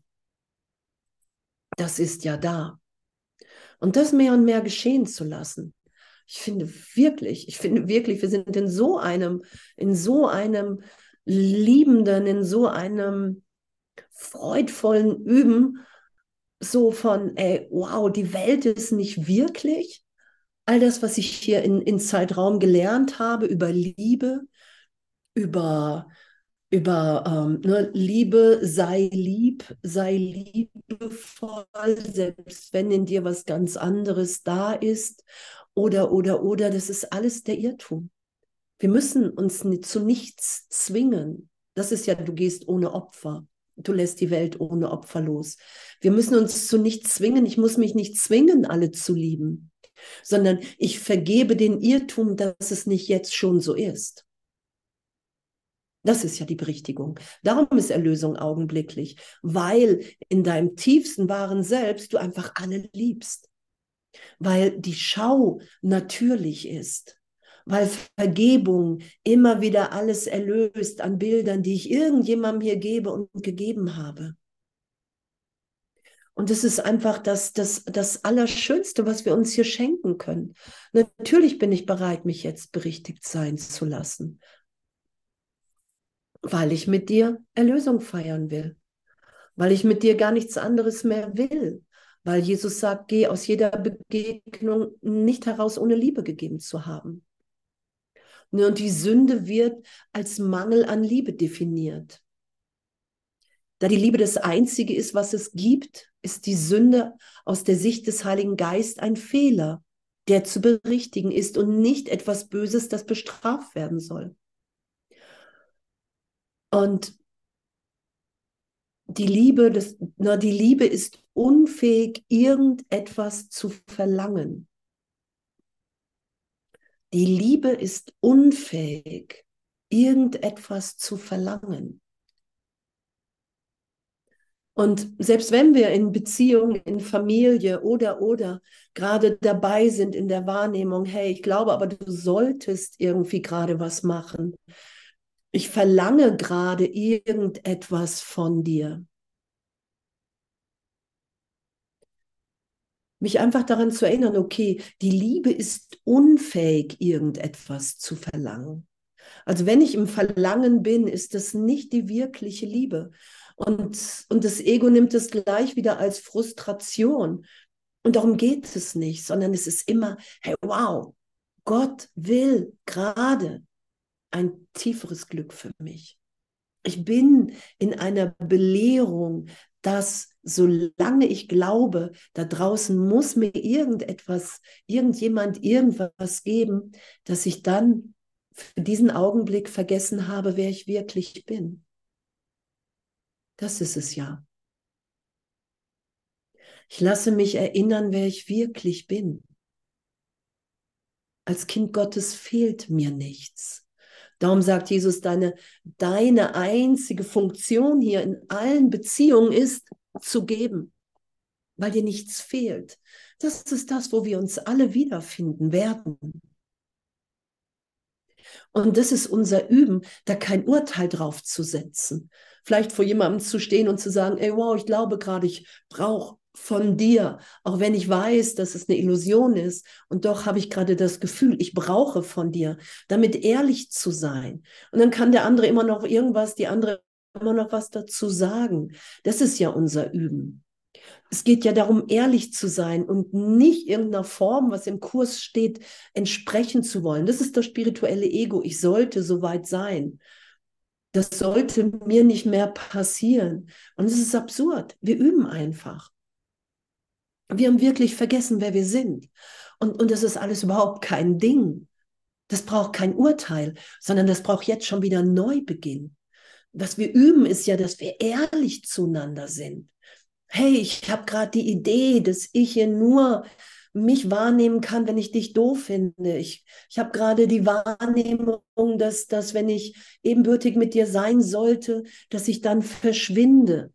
Das ist ja da. Und das mehr und mehr geschehen zu lassen. Ich finde wirklich, wir sind in so einem liebenden, in so einem freudvollen Üben, so von, ey, wow, die Welt ist nicht wirklich. All das, was ich hier in Zeitraum gelernt habe über Liebe, über ne, Liebe, sei liebevoll, selbst wenn in dir was ganz anderes da ist, oder, das ist alles der Irrtum. Wir müssen uns zu nichts zwingen. Das ist ja, du gehst ohne Opfer. Du lässt die Welt ohne Opfer los. Wir müssen uns zu nichts zwingen. Ich muss mich nicht zwingen, alle zu lieben, sondern ich vergebe den Irrtum, dass es nicht jetzt schon so ist. Das ist ja die Berichtigung. Darum ist Erlösung augenblicklich, weil in deinem tiefsten wahren Selbst du einfach alle liebst, weil die Schau natürlich ist, weil Vergebung immer wieder alles erlöst an Bildern, die ich irgendjemandem hier gebe und gegeben habe. Und das ist einfach das Allerschönste, was wir uns hier schenken können. Natürlich bin ich bereit, mich jetzt berichtigt sein zu lassen, weil ich mit dir Erlösung feiern will, weil ich mit dir gar nichts anderes mehr will, weil Jesus sagt, geh aus jeder Begegnung nicht heraus, ohne Liebe gegeben zu haben. Und die Sünde wird als Mangel an Liebe definiert. Da die Liebe das Einzige ist, was es gibt, ist die Sünde aus der Sicht des Heiligen Geistes ein Fehler, der zu berichtigen ist und nicht etwas Böses, das bestraft werden soll. Und die Liebe ist unfähig, irgendetwas zu verlangen. Die Liebe ist unfähig, irgendetwas zu verlangen. Und selbst wenn wir in Beziehung, in Familie oder gerade dabei sind in der Wahrnehmung, hey, ich glaube, aber du solltest irgendwie gerade was machen. Ich verlange gerade irgendetwas von dir. mich einfach daran zu erinnern, okay, die Liebe ist unfähig, irgendetwas zu verlangen. Also wenn ich im Verlangen bin, ist das nicht die wirkliche Liebe. Und das Ego nimmt es gleich wieder als Frustration. Und darum geht es nicht, sondern es ist immer, hey, wow, Gott will gerade ein tieferes Glück für mich. Ich bin in einer Belehrung, dass solange ich glaube, da draußen muss mir irgendetwas, irgendjemand irgendwas geben, dass ich dann für diesen Augenblick vergessen habe, wer ich wirklich bin. Das ist es ja. Ich lasse mich erinnern, wer ich wirklich bin. Als Kind Gottes fehlt mir nichts. Darum sagt Jesus, deine einzige Funktion hier in allen Beziehungen ist, zu geben, weil dir nichts fehlt. Das ist das, wo wir uns alle wiederfinden werden. Und das ist unser Üben, da kein Urteil drauf zu setzen. Vielleicht vor jemandem zu stehen und zu sagen, ey, wow, ich glaube gerade, ich brauche von dir, auch wenn ich weiß, dass es eine Illusion ist. Und doch habe ich gerade das Gefühl, ich brauche von dir, damit ehrlich zu sein. Und dann kann der andere immer noch irgendwas, die andere immer noch was dazu sagen. Das ist ja unser Üben. Es geht ja darum, ehrlich zu sein und nicht irgendeiner Form, was im Kurs steht, entsprechen zu wollen. Das ist das spirituelle Ego. Ich sollte soweit sein. Das sollte mir nicht mehr passieren. Und es ist absurd. Wir üben einfach. Wir haben wirklich vergessen, wer wir sind. Und das ist alles überhaupt kein Ding. Das braucht kein Urteil, sondern das braucht jetzt schon wieder Neubeginn. Was wir üben, ist ja, dass wir ehrlich zueinander sind. Hey, ich habe gerade die Idee, dass ich hier nur mich wahrnehmen kann, wenn ich dich doof finde. Ich habe gerade die Wahrnehmung, dass wenn ich ebenbürtig mit dir sein sollte, dass ich dann verschwinde.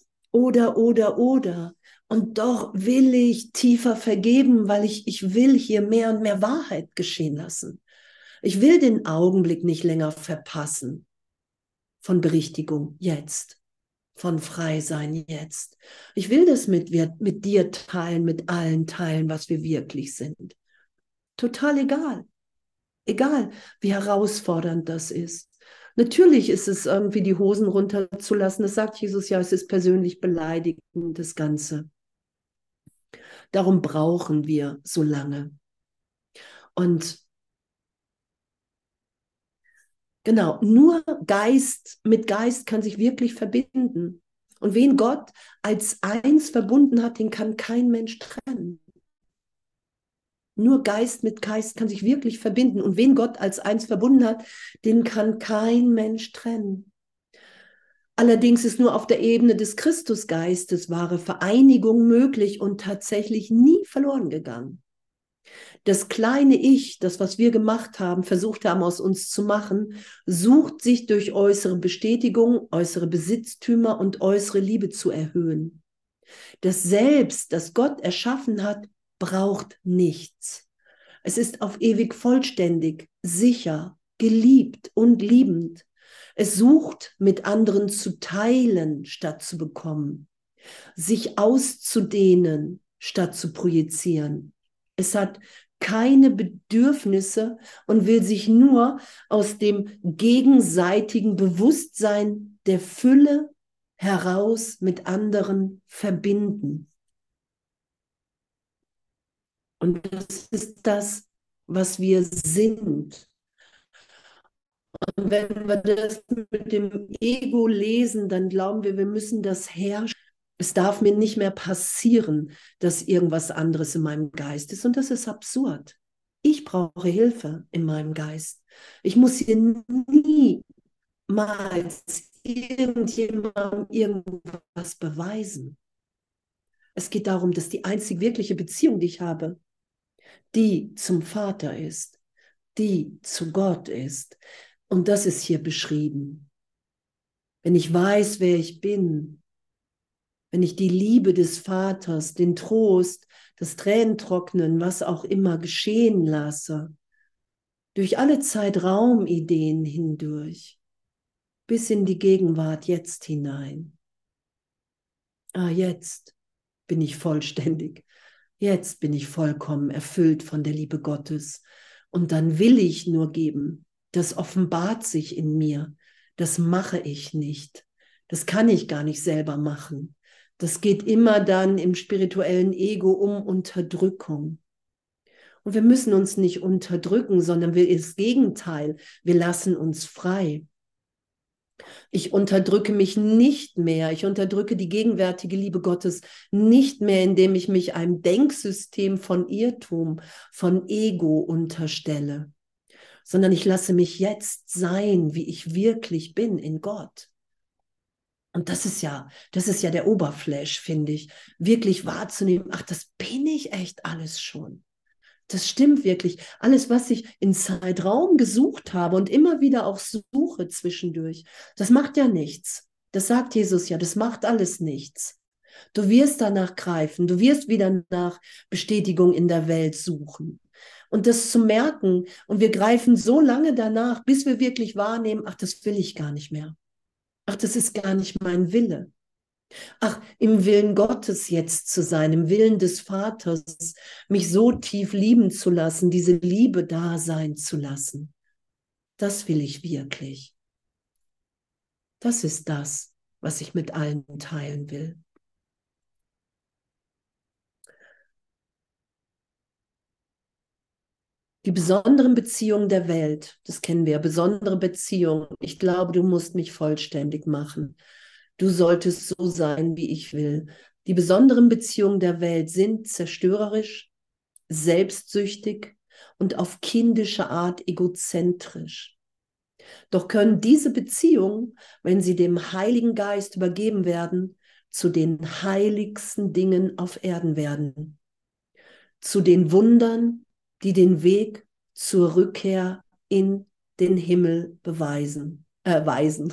Oder. Und doch will ich tiefer vergeben, weil ich will hier mehr und mehr Wahrheit geschehen lassen. Ich will den Augenblick nicht länger verpassen von Berichtigung jetzt, von Freisein jetzt. Ich will das mit dir teilen, mit allen teilen, was wir wirklich sind. Total egal. Egal, wie herausfordernd das ist. Natürlich ist es irgendwie die Hosen runterzulassen. Das sagt Jesus ja, es ist persönlich beleidigend, das Ganze. Darum brauchen wir so lange. Und genau, nur Geist mit Geist kann sich wirklich verbinden. Und wen Gott als eins verbunden hat, den kann kein Mensch trennen. Nur Geist mit Geist kann sich wirklich verbinden. Und wen Gott als eins verbunden hat, den kann kein Mensch trennen. Allerdings ist nur auf der Ebene des Christusgeistes wahre Vereinigung möglich und tatsächlich nie verloren gegangen. Das kleine Ich, das, was wir gemacht haben, versucht haben, aus uns zu machen, sucht sich durch äußere Bestätigung, äußere Besitztümer und äußere Liebe zu erhöhen. Das Selbst, das Gott erschaffen hat, braucht nichts. Es ist auf ewig vollständig, sicher, geliebt und liebend. Es sucht, mit anderen zu teilen, statt zu bekommen, sich auszudehnen, statt zu projizieren. Es hat keine Bedürfnisse und will sich nur aus dem gegenseitigen Bewusstsein der Fülle heraus mit anderen verbinden. Und das ist das, was wir sind. Und wenn wir das mit dem Ego lesen, dann glauben wir, wir müssen das herrschen. Es darf mir nicht mehr passieren, dass irgendwas anderes in meinem Geist ist. Und das ist absurd. Ich brauche Hilfe in meinem Geist. Ich muss hier niemals irgendjemandem irgendwas beweisen. Es geht darum, dass die einzig wirkliche Beziehung, die ich habe, die zum Vater ist, die zu Gott ist. Und das ist hier beschrieben. Wenn ich weiß, wer ich bin, wenn ich die Liebe des Vaters, den Trost, das Tränentrocknen, was auch immer geschehen lasse, durch alle Zeitraumideen hindurch, bis in die Gegenwart jetzt hinein. Jetzt bin ich vollständig. Jetzt bin ich vollkommen erfüllt von der Liebe Gottes. Und dann will ich nur geben. Das offenbart sich in mir. Das mache ich nicht. Das kann ich gar nicht selber machen. Das geht immer dann im spirituellen Ego um Unterdrückung. Und wir müssen uns nicht unterdrücken, sondern das Gegenteil. Wir lassen uns frei. Ich unterdrücke mich nicht mehr. Ich unterdrücke die gegenwärtige Liebe Gottes nicht mehr, indem ich mich einem Denksystem von Irrtum, von Ego unterstelle, sondern ich lasse mich jetzt sein, wie ich wirklich bin in Gott. Und das ist ja der Oberflash, finde ich, wirklich wahrzunehmen, ach, das bin ich echt alles schon. Das stimmt wirklich. Alles, was ich in Zeitraum gesucht habe und immer wieder auch suche zwischendurch, das macht ja nichts. Das sagt Jesus ja, das macht alles nichts. Du wirst danach greifen, du wirst wieder nach Bestätigung in der Welt suchen. Und das zu merken, und wir greifen so lange danach, bis wir wirklich wahrnehmen, ach, das will ich gar nicht mehr. Ach, das ist gar nicht mein Wille. Ach, im Willen Gottes jetzt zu sein, im Willen des Vaters, mich so tief lieben zu lassen, diese Liebe da sein zu lassen. Das will ich wirklich. Das ist das, was ich mit allen teilen will. Die besonderen Beziehungen der Welt, das kennen wir, besondere Beziehungen. Ich glaube, du musst mich vollständig machen. Du solltest so sein, wie ich will. Die besonderen Beziehungen der Welt sind zerstörerisch, selbstsüchtig und auf kindische Art egozentrisch. Doch können diese Beziehungen, wenn sie dem Heiligen Geist übergeben werden, zu den heiligsten Dingen auf Erden werden, zu den Wundern, die den Weg zur Rückkehr in den Himmel weisen.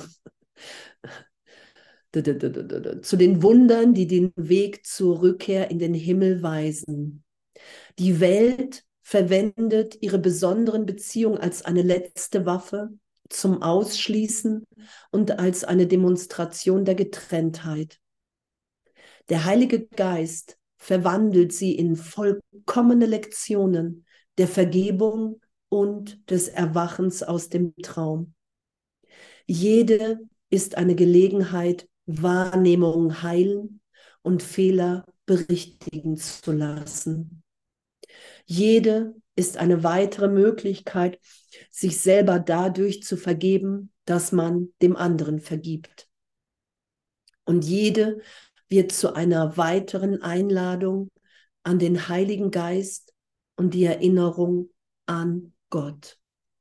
Zu den Wundern, die den Weg zur Rückkehr in den Himmel weisen. Die Welt verwendet ihre besonderen Beziehungen als eine letzte Waffe zum Ausschließen und als eine Demonstration der Getrenntheit. Der Heilige Geist verwandelt sie in vollkommene Lektionen der Vergebung und des Erwachens aus dem Traum. Jede ist eine Gelegenheit, Wahrnehmungen heilen und Fehler berichtigen zu lassen. Jede ist eine weitere Möglichkeit, sich selber dadurch zu vergeben, dass man dem anderen vergibt. Und jede wird zu einer weiteren Einladung an den Heiligen Geist und die Erinnerung an Gott.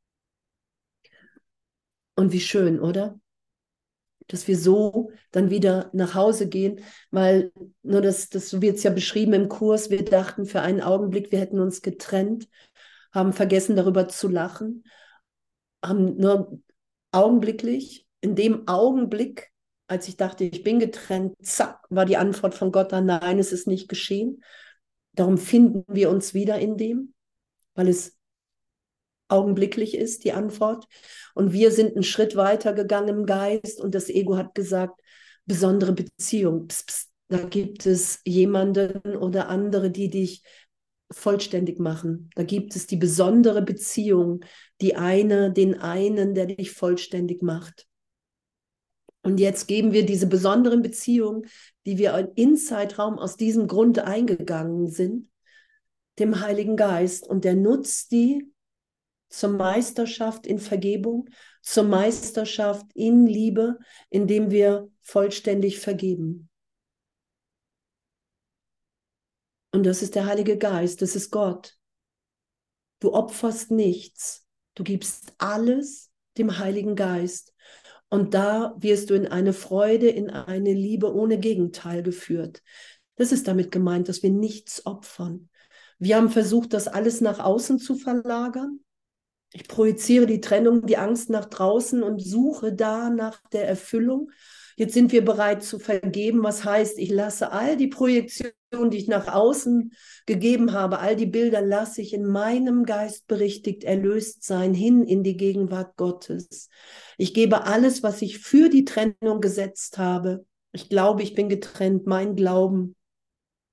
Und wie schön, oder? Dass wir so dann wieder nach Hause gehen, weil nur das wird es ja beschrieben im Kurs, wir dachten für einen Augenblick, wir hätten uns getrennt, haben vergessen darüber zu lachen, haben nur augenblicklich, in dem Augenblick, als ich dachte, ich bin getrennt, zack, war die Antwort von Gott dann, nein, es ist nicht geschehen. Darum finden wir uns wieder in dem, weil es augenblicklich ist, die Antwort. Und wir sind einen Schritt weiter gegangen im Geist und das Ego hat gesagt, besondere Beziehung. Psst, psst, da gibt es jemanden oder andere, die dich vollständig machen. Da gibt es die besondere Beziehung, den einen, der dich vollständig macht. Und jetzt geben wir diese besonderen Beziehungen, die wir in Zeitraum aus diesem Grund eingegangen sind, dem Heiligen Geist. Und der nutzt die zur Meisterschaft in Vergebung, zur Meisterschaft in Liebe, indem wir vollständig vergeben. Und das ist der Heilige Geist, das ist Gott. Du opferst nichts, du gibst alles dem Heiligen Geist. Und da wirst du in eine Freude, in eine Liebe ohne Gegenteil geführt. Das ist damit gemeint, dass wir nichts opfern. Wir haben versucht, das alles nach außen zu verlagern. Ich projiziere die Trennung, die Angst nach draußen und suche da nach der Erfüllung. Jetzt sind wir bereit zu vergeben, was heißt, ich lasse all die Projektionen, die ich nach außen gegeben habe, all die Bilder lasse ich in meinem Geist berichtigt erlöst sein, hin in die Gegenwart Gottes. Ich gebe alles, was ich für die Trennung gesetzt habe. Ich glaube, ich bin getrennt, mein Glauben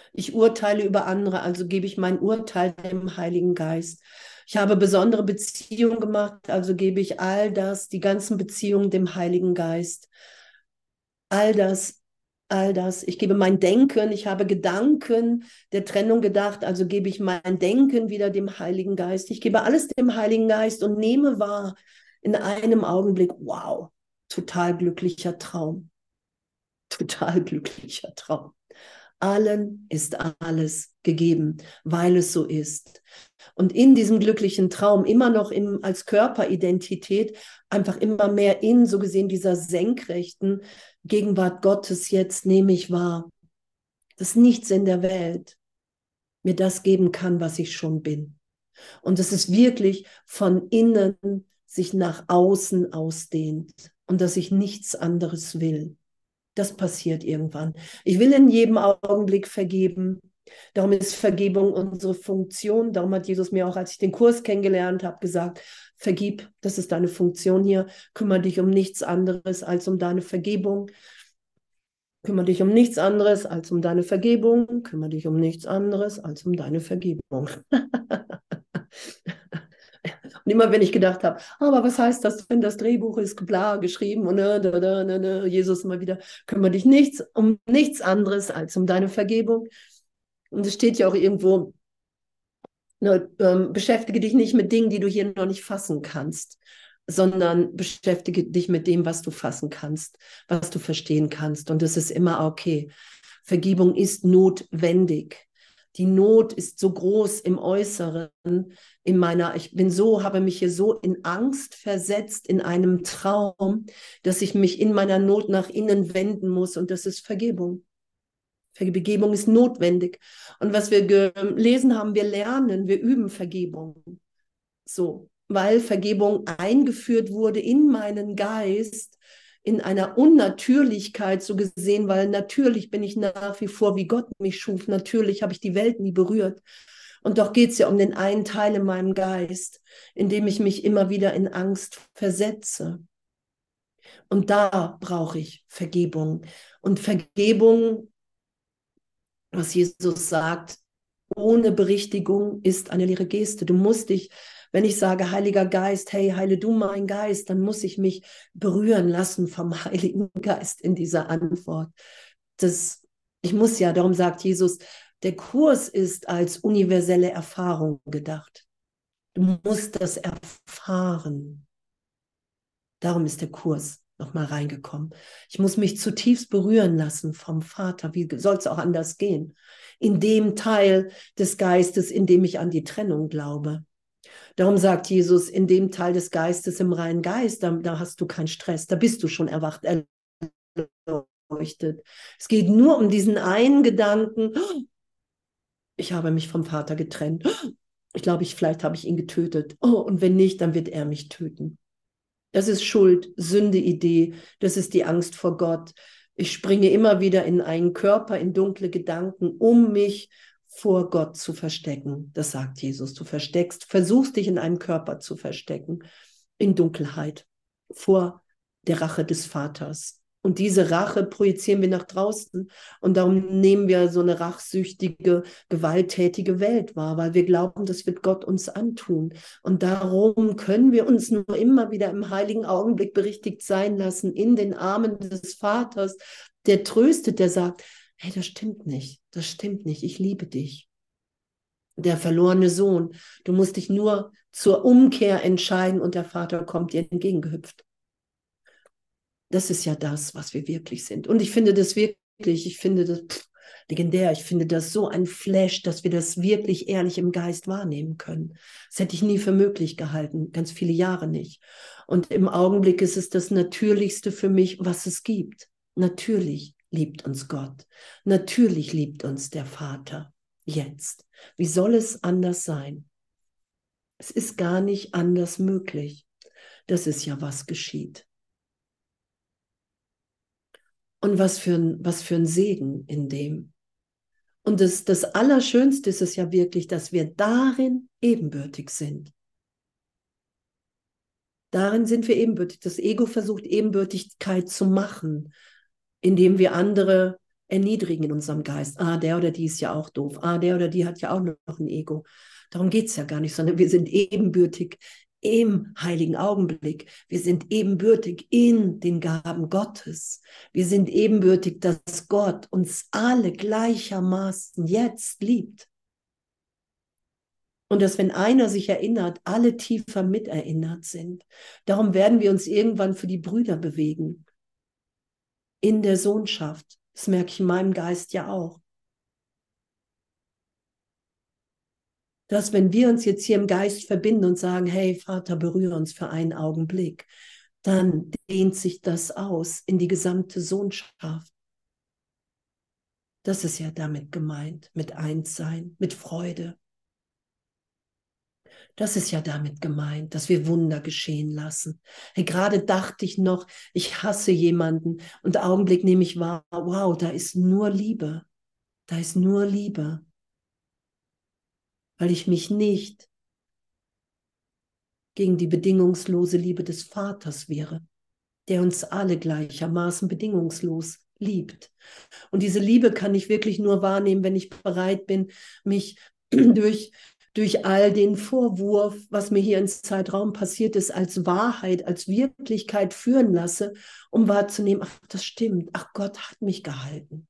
Ich urteile über andere, also gebe ich mein Urteil dem Heiligen Geist. Ich habe besondere Beziehungen gemacht, also gebe ich all das, die ganzen Beziehungen dem Heiligen Geist. All das, all das. Ich gebe mein Denken, ich habe Gedanken der Trennung gedacht, also gebe ich mein Denken wieder dem Heiligen Geist. Ich gebe alles dem Heiligen Geist und nehme wahr in einem Augenblick, wow, total glücklicher Traum, total glücklicher Traum. Allen ist alles gegeben, weil es so ist. Und in diesem glücklichen Traum, immer noch als Körperidentität, einfach immer mehr in, so gesehen, dieser senkrechten Gegenwart Gottes, jetzt nehme ich wahr, dass nichts in der Welt mir das geben kann, was ich schon bin. Und dass es wirklich von innen sich nach außen ausdehnt und dass ich nichts anderes will. Das passiert irgendwann. Ich will in jedem Augenblick vergeben. Darum ist Vergebung unsere Funktion. Darum hat Jesus mir auch, als ich den Kurs kennengelernt habe, gesagt, vergib, das ist deine Funktion hier. Kümmere dich um nichts anderes als um deine Vergebung. Kümmere dich um nichts anderes als um deine Vergebung. Kümmere dich um nichts anderes als um deine Vergebung. Und immer wenn ich gedacht habe, aber was heißt das, wenn das Drehbuch ist bla, geschrieben und Jesus immer wieder, kümmere dich um nichts anderes als um deine Vergebung. Und es steht ja auch irgendwo, beschäftige dich nicht mit Dingen, die du hier noch nicht fassen kannst, sondern beschäftige dich mit dem, was du fassen kannst, was du verstehen kannst. Und das ist immer okay. Vergebung ist notwendig. Die Not ist so groß im Äußeren, habe mich hier so in Angst versetzt in einem Traum, dass ich mich in meiner Not nach innen wenden muss, und das ist Vergebung. Vergebung ist notwendig. Und was wir gelesen haben, wir lernen, wir üben Vergebung. So, weil Vergebung eingeführt wurde in meinen Geist, in einer Unnatürlichkeit so gesehen, weil natürlich bin ich nach wie vor, wie Gott mich schuf. Natürlich habe ich die Welt nie berührt. Und doch geht es ja um den einen Teil in meinem Geist, in dem ich mich immer wieder in Angst versetze. Und da brauche ich Vergebung. Und Vergebung, was Jesus sagt, ohne Berichtigung ist eine leere Geste. Du musst dich, wenn ich sage, Heiliger Geist, hey, heile du mein Geist, dann muss ich mich berühren lassen vom Heiligen Geist in dieser Antwort. Ich muss ja, darum sagt Jesus, der Kurs ist als universelle Erfahrung gedacht. Du musst das erfahren. Darum ist der Kurs nochmal reingekommen. Ich muss mich zutiefst berühren lassen vom Vater. Wie soll es auch anders gehen? In dem Teil des Geistes, in dem ich an die Trennung glaube. Darum sagt Jesus, in dem Teil des Geistes, im reinen Geist, da hast du keinen Stress, da bist du schon erwacht, erleuchtet. Es geht nur um diesen einen Gedanken, ich habe mich vom Vater getrennt. Ich glaube, vielleicht habe ich ihn getötet. Oh, und wenn nicht, dann wird er mich töten. Das ist Schuld, Sünde, Idee. Das ist die Angst vor Gott. Ich springe immer wieder in einen Körper, in dunkle Gedanken, um mich vor Gott zu verstecken. Das sagt Jesus. Du versuchst dich in einem Körper zu verstecken, in Dunkelheit, vor der Rache des Vaters. Und diese Rache projizieren wir nach draußen. Und darum nehmen wir so eine rachsüchtige, gewalttätige Welt wahr, weil wir glauben, das wird Gott uns antun. Und darum können wir uns nur immer wieder im heiligen Augenblick berichtigt sein lassen, in den Armen des Vaters, der tröstet, der sagt, hey, das stimmt nicht, ich liebe dich. Der verlorene Sohn, du musst dich nur zur Umkehr entscheiden und der Vater kommt dir entgegengehüpft. Das ist ja das, was wir wirklich sind. Und ich finde das wirklich, ich finde das legendär, ich finde das so ein Flash, dass wir das wirklich ehrlich im Geist wahrnehmen können. Das hätte ich nie für möglich gehalten, ganz viele Jahre nicht. Und im Augenblick ist es das Natürlichste für mich, was es gibt. Natürlich liebt uns Gott. Natürlich liebt uns der Vater. Jetzt. Wie soll es anders sein? Es ist gar nicht anders möglich. Das ist ja, was geschieht. Und was für ein Segen in dem. Und das Allerschönste ist es ja wirklich, dass wir darin ebenbürtig sind. Darin sind wir ebenbürtig. Das Ego versucht Ebenbürtigkeit zu machen, indem wir andere erniedrigen in unserem Geist. Ah, der oder die ist ja auch doof. Ah, der oder die hat ja auch noch ein Ego. Darum geht es ja gar nicht, sondern wir sind ebenbürtig im heiligen Augenblick. Wir sind ebenbürtig in den Gaben Gottes. Wir sind ebenbürtig, dass Gott uns alle gleichermaßen jetzt liebt. Und dass, wenn einer sich erinnert, alle tiefer miterinnert sind. Darum werden wir uns irgendwann für die Brüder bewegen. In der Sohnschaft. Das merke ich in meinem Geist ja auch. Dass, wenn wir uns jetzt hier im Geist verbinden und sagen, hey Vater, berühre uns für einen Augenblick, dann dehnt sich das aus in die gesamte Sohnschaft. Das ist ja damit gemeint, mit Einssein, mit Freude. Das ist ja damit gemeint, dass wir Wunder geschehen lassen. Hey, gerade dachte ich noch, ich hasse jemanden und Augenblick nehme ich wahr, wow, da ist nur Liebe. Da ist nur Liebe. Weil ich mich nicht gegen die bedingungslose Liebe des Vaters wehre, der uns alle gleichermaßen bedingungslos liebt. Und diese Liebe kann ich wirklich nur wahrnehmen, wenn ich bereit bin, mich durch all den Vorwurf, was mir hier im Zeitraum passiert ist, als Wahrheit, als Wirklichkeit führen lasse, um wahrzunehmen, ach, das stimmt, ach, Gott hat mich gehalten.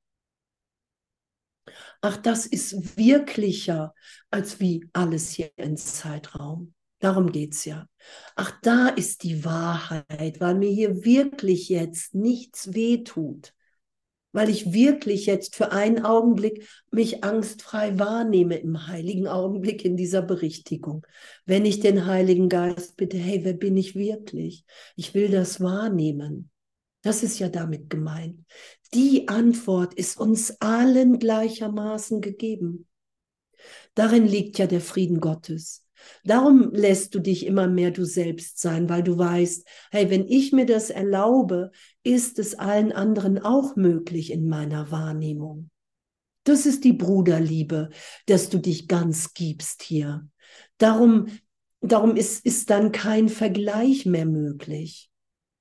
Ach, das ist wirklicher als wie alles hier im Zeitraum. Darum geht es ja. Ach, da ist die Wahrheit, weil mir hier wirklich jetzt nichts wehtut. Weil ich wirklich jetzt für einen Augenblick mich angstfrei wahrnehme im heiligen Augenblick in dieser Berichtigung. Wenn ich den Heiligen Geist bitte, hey, wer bin ich wirklich? Ich will das wahrnehmen. Das ist ja damit gemeint. Die Antwort ist uns allen gleichermaßen gegeben. Darin liegt ja der Frieden Gottes. Darum lässt du dich immer mehr du selbst sein, weil du weißt, hey, wenn ich mir das erlaube, ist es allen anderen auch möglich in meiner Wahrnehmung. Das ist die Bruderliebe, dass du dich ganz gibst hier. Darum ist dann kein Vergleich mehr möglich.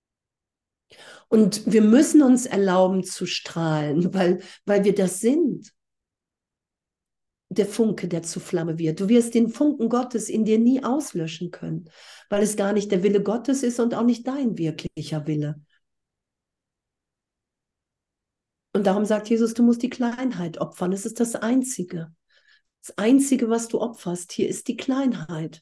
Und wir müssen uns erlauben zu strahlen, weil wir das sind. Der Funke, der zu Flamme wird. Du wirst den Funken Gottes in dir nie auslöschen können, weil es gar nicht der Wille Gottes ist und auch nicht dein wirklicher Wille. Und darum sagt Jesus, du musst die Kleinheit opfern. Das ist das Einzige. Das Einzige, was du opferst, hier ist die Kleinheit.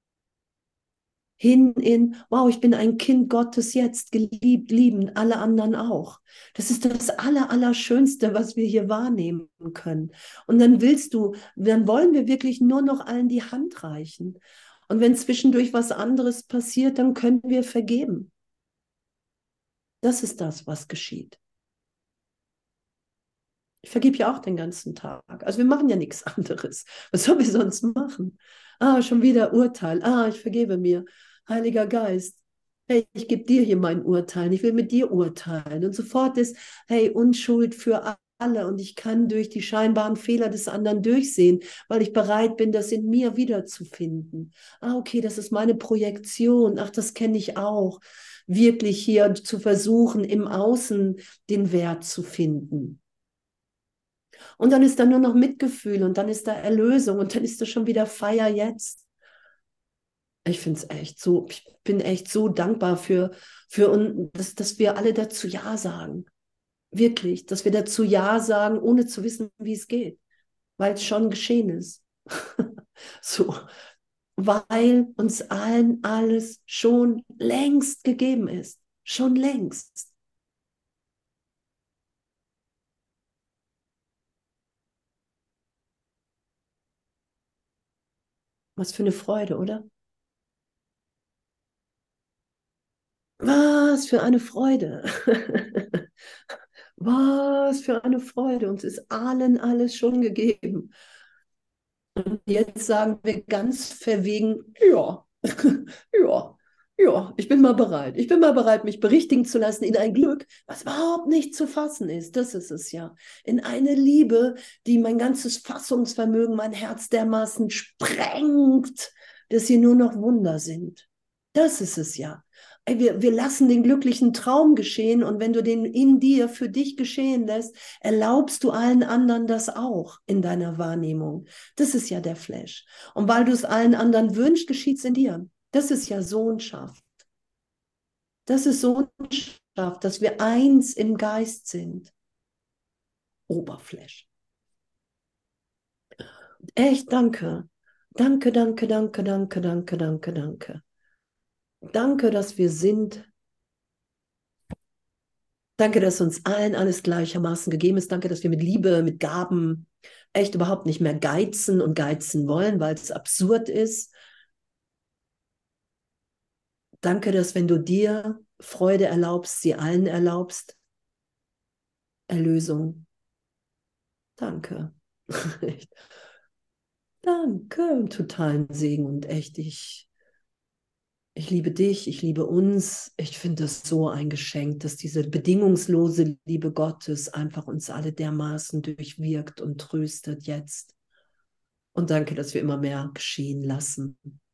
Wow, ich bin ein Kind Gottes jetzt, geliebt, liebend, alle anderen auch. Das ist das Allerschönste, was wir hier wahrnehmen können. Und dann dann wollen wir wirklich nur noch allen die Hand reichen. Und wenn zwischendurch was anderes passiert, dann können wir vergeben. Das ist das, was geschieht. Ich vergebe ja auch den ganzen Tag. Also wir machen ja nichts anderes. Was sollen wir sonst machen? Ah, schon wieder Urteil. Ah, ich vergebe mir. Heiliger Geist, hey, ich gebe dir hier mein Urteil. Ich will mit dir urteilen. Und sofort ist, hey, Unschuld für alle. Und ich kann durch die scheinbaren Fehler des anderen durchsehen, weil ich bereit bin, das in mir wiederzufinden. Ah, okay, das ist meine Projektion. Ach, das kenne ich auch. Wirklich hier zu versuchen, im Außen den Wert zu finden. Und dann ist da nur noch Mitgefühl und dann ist da Erlösung und dann ist da schon wieder Feier jetzt. Ich finde es echt so, ich bin echt so dankbar dass wir alle dazu Ja sagen. Wirklich, dass wir dazu Ja sagen, ohne zu wissen, wie es geht, weil es schon geschehen ist. So, weil uns allen alles schon längst gegeben ist. Schon längst. Was für eine Freude, oder? Was für eine Freude. Was für eine Freude. Uns ist allen alles schon gegeben. Und jetzt sagen wir ganz verwegen, ja, ja, ja, ich bin mal bereit. Ich bin mal bereit, mich berichtigen zu lassen in ein Glück, was überhaupt nicht zu fassen ist. Das ist es ja. In eine Liebe, die mein ganzes Fassungsvermögen, mein Herz dermaßen sprengt, dass sie nur noch Wunder sind. Das ist es ja. Ey, wir lassen den glücklichen Traum geschehen und wenn du den in dir für dich geschehen lässt, erlaubst du allen anderen das auch in deiner Wahrnehmung. Das ist ja der Flash. Und weil du es allen anderen wünschst, geschieht es in dir. Das ist ja Sohnschaft. Das ist Sohnschaft, dass wir eins im Geist sind. Oberflash. Echt, danke. Danke, danke, danke, danke, danke, danke, danke. Danke, dass wir sind. Danke, dass uns allen alles gleichermaßen gegeben ist. Danke, dass wir mit Liebe, mit Gaben echt überhaupt nicht mehr geizen und geizen wollen, weil es absurd ist. Danke, dass wenn du dir Freude erlaubst, sie allen erlaubst. Erlösung. Danke. Echt. Danke. Totalen Segen und echt, ich liebe dich, ich liebe uns. Ich finde das so ein Geschenk, dass diese bedingungslose Liebe Gottes einfach uns alle dermaßen durchwirkt und tröstet jetzt. Und danke, dass wir immer mehr geschehen lassen.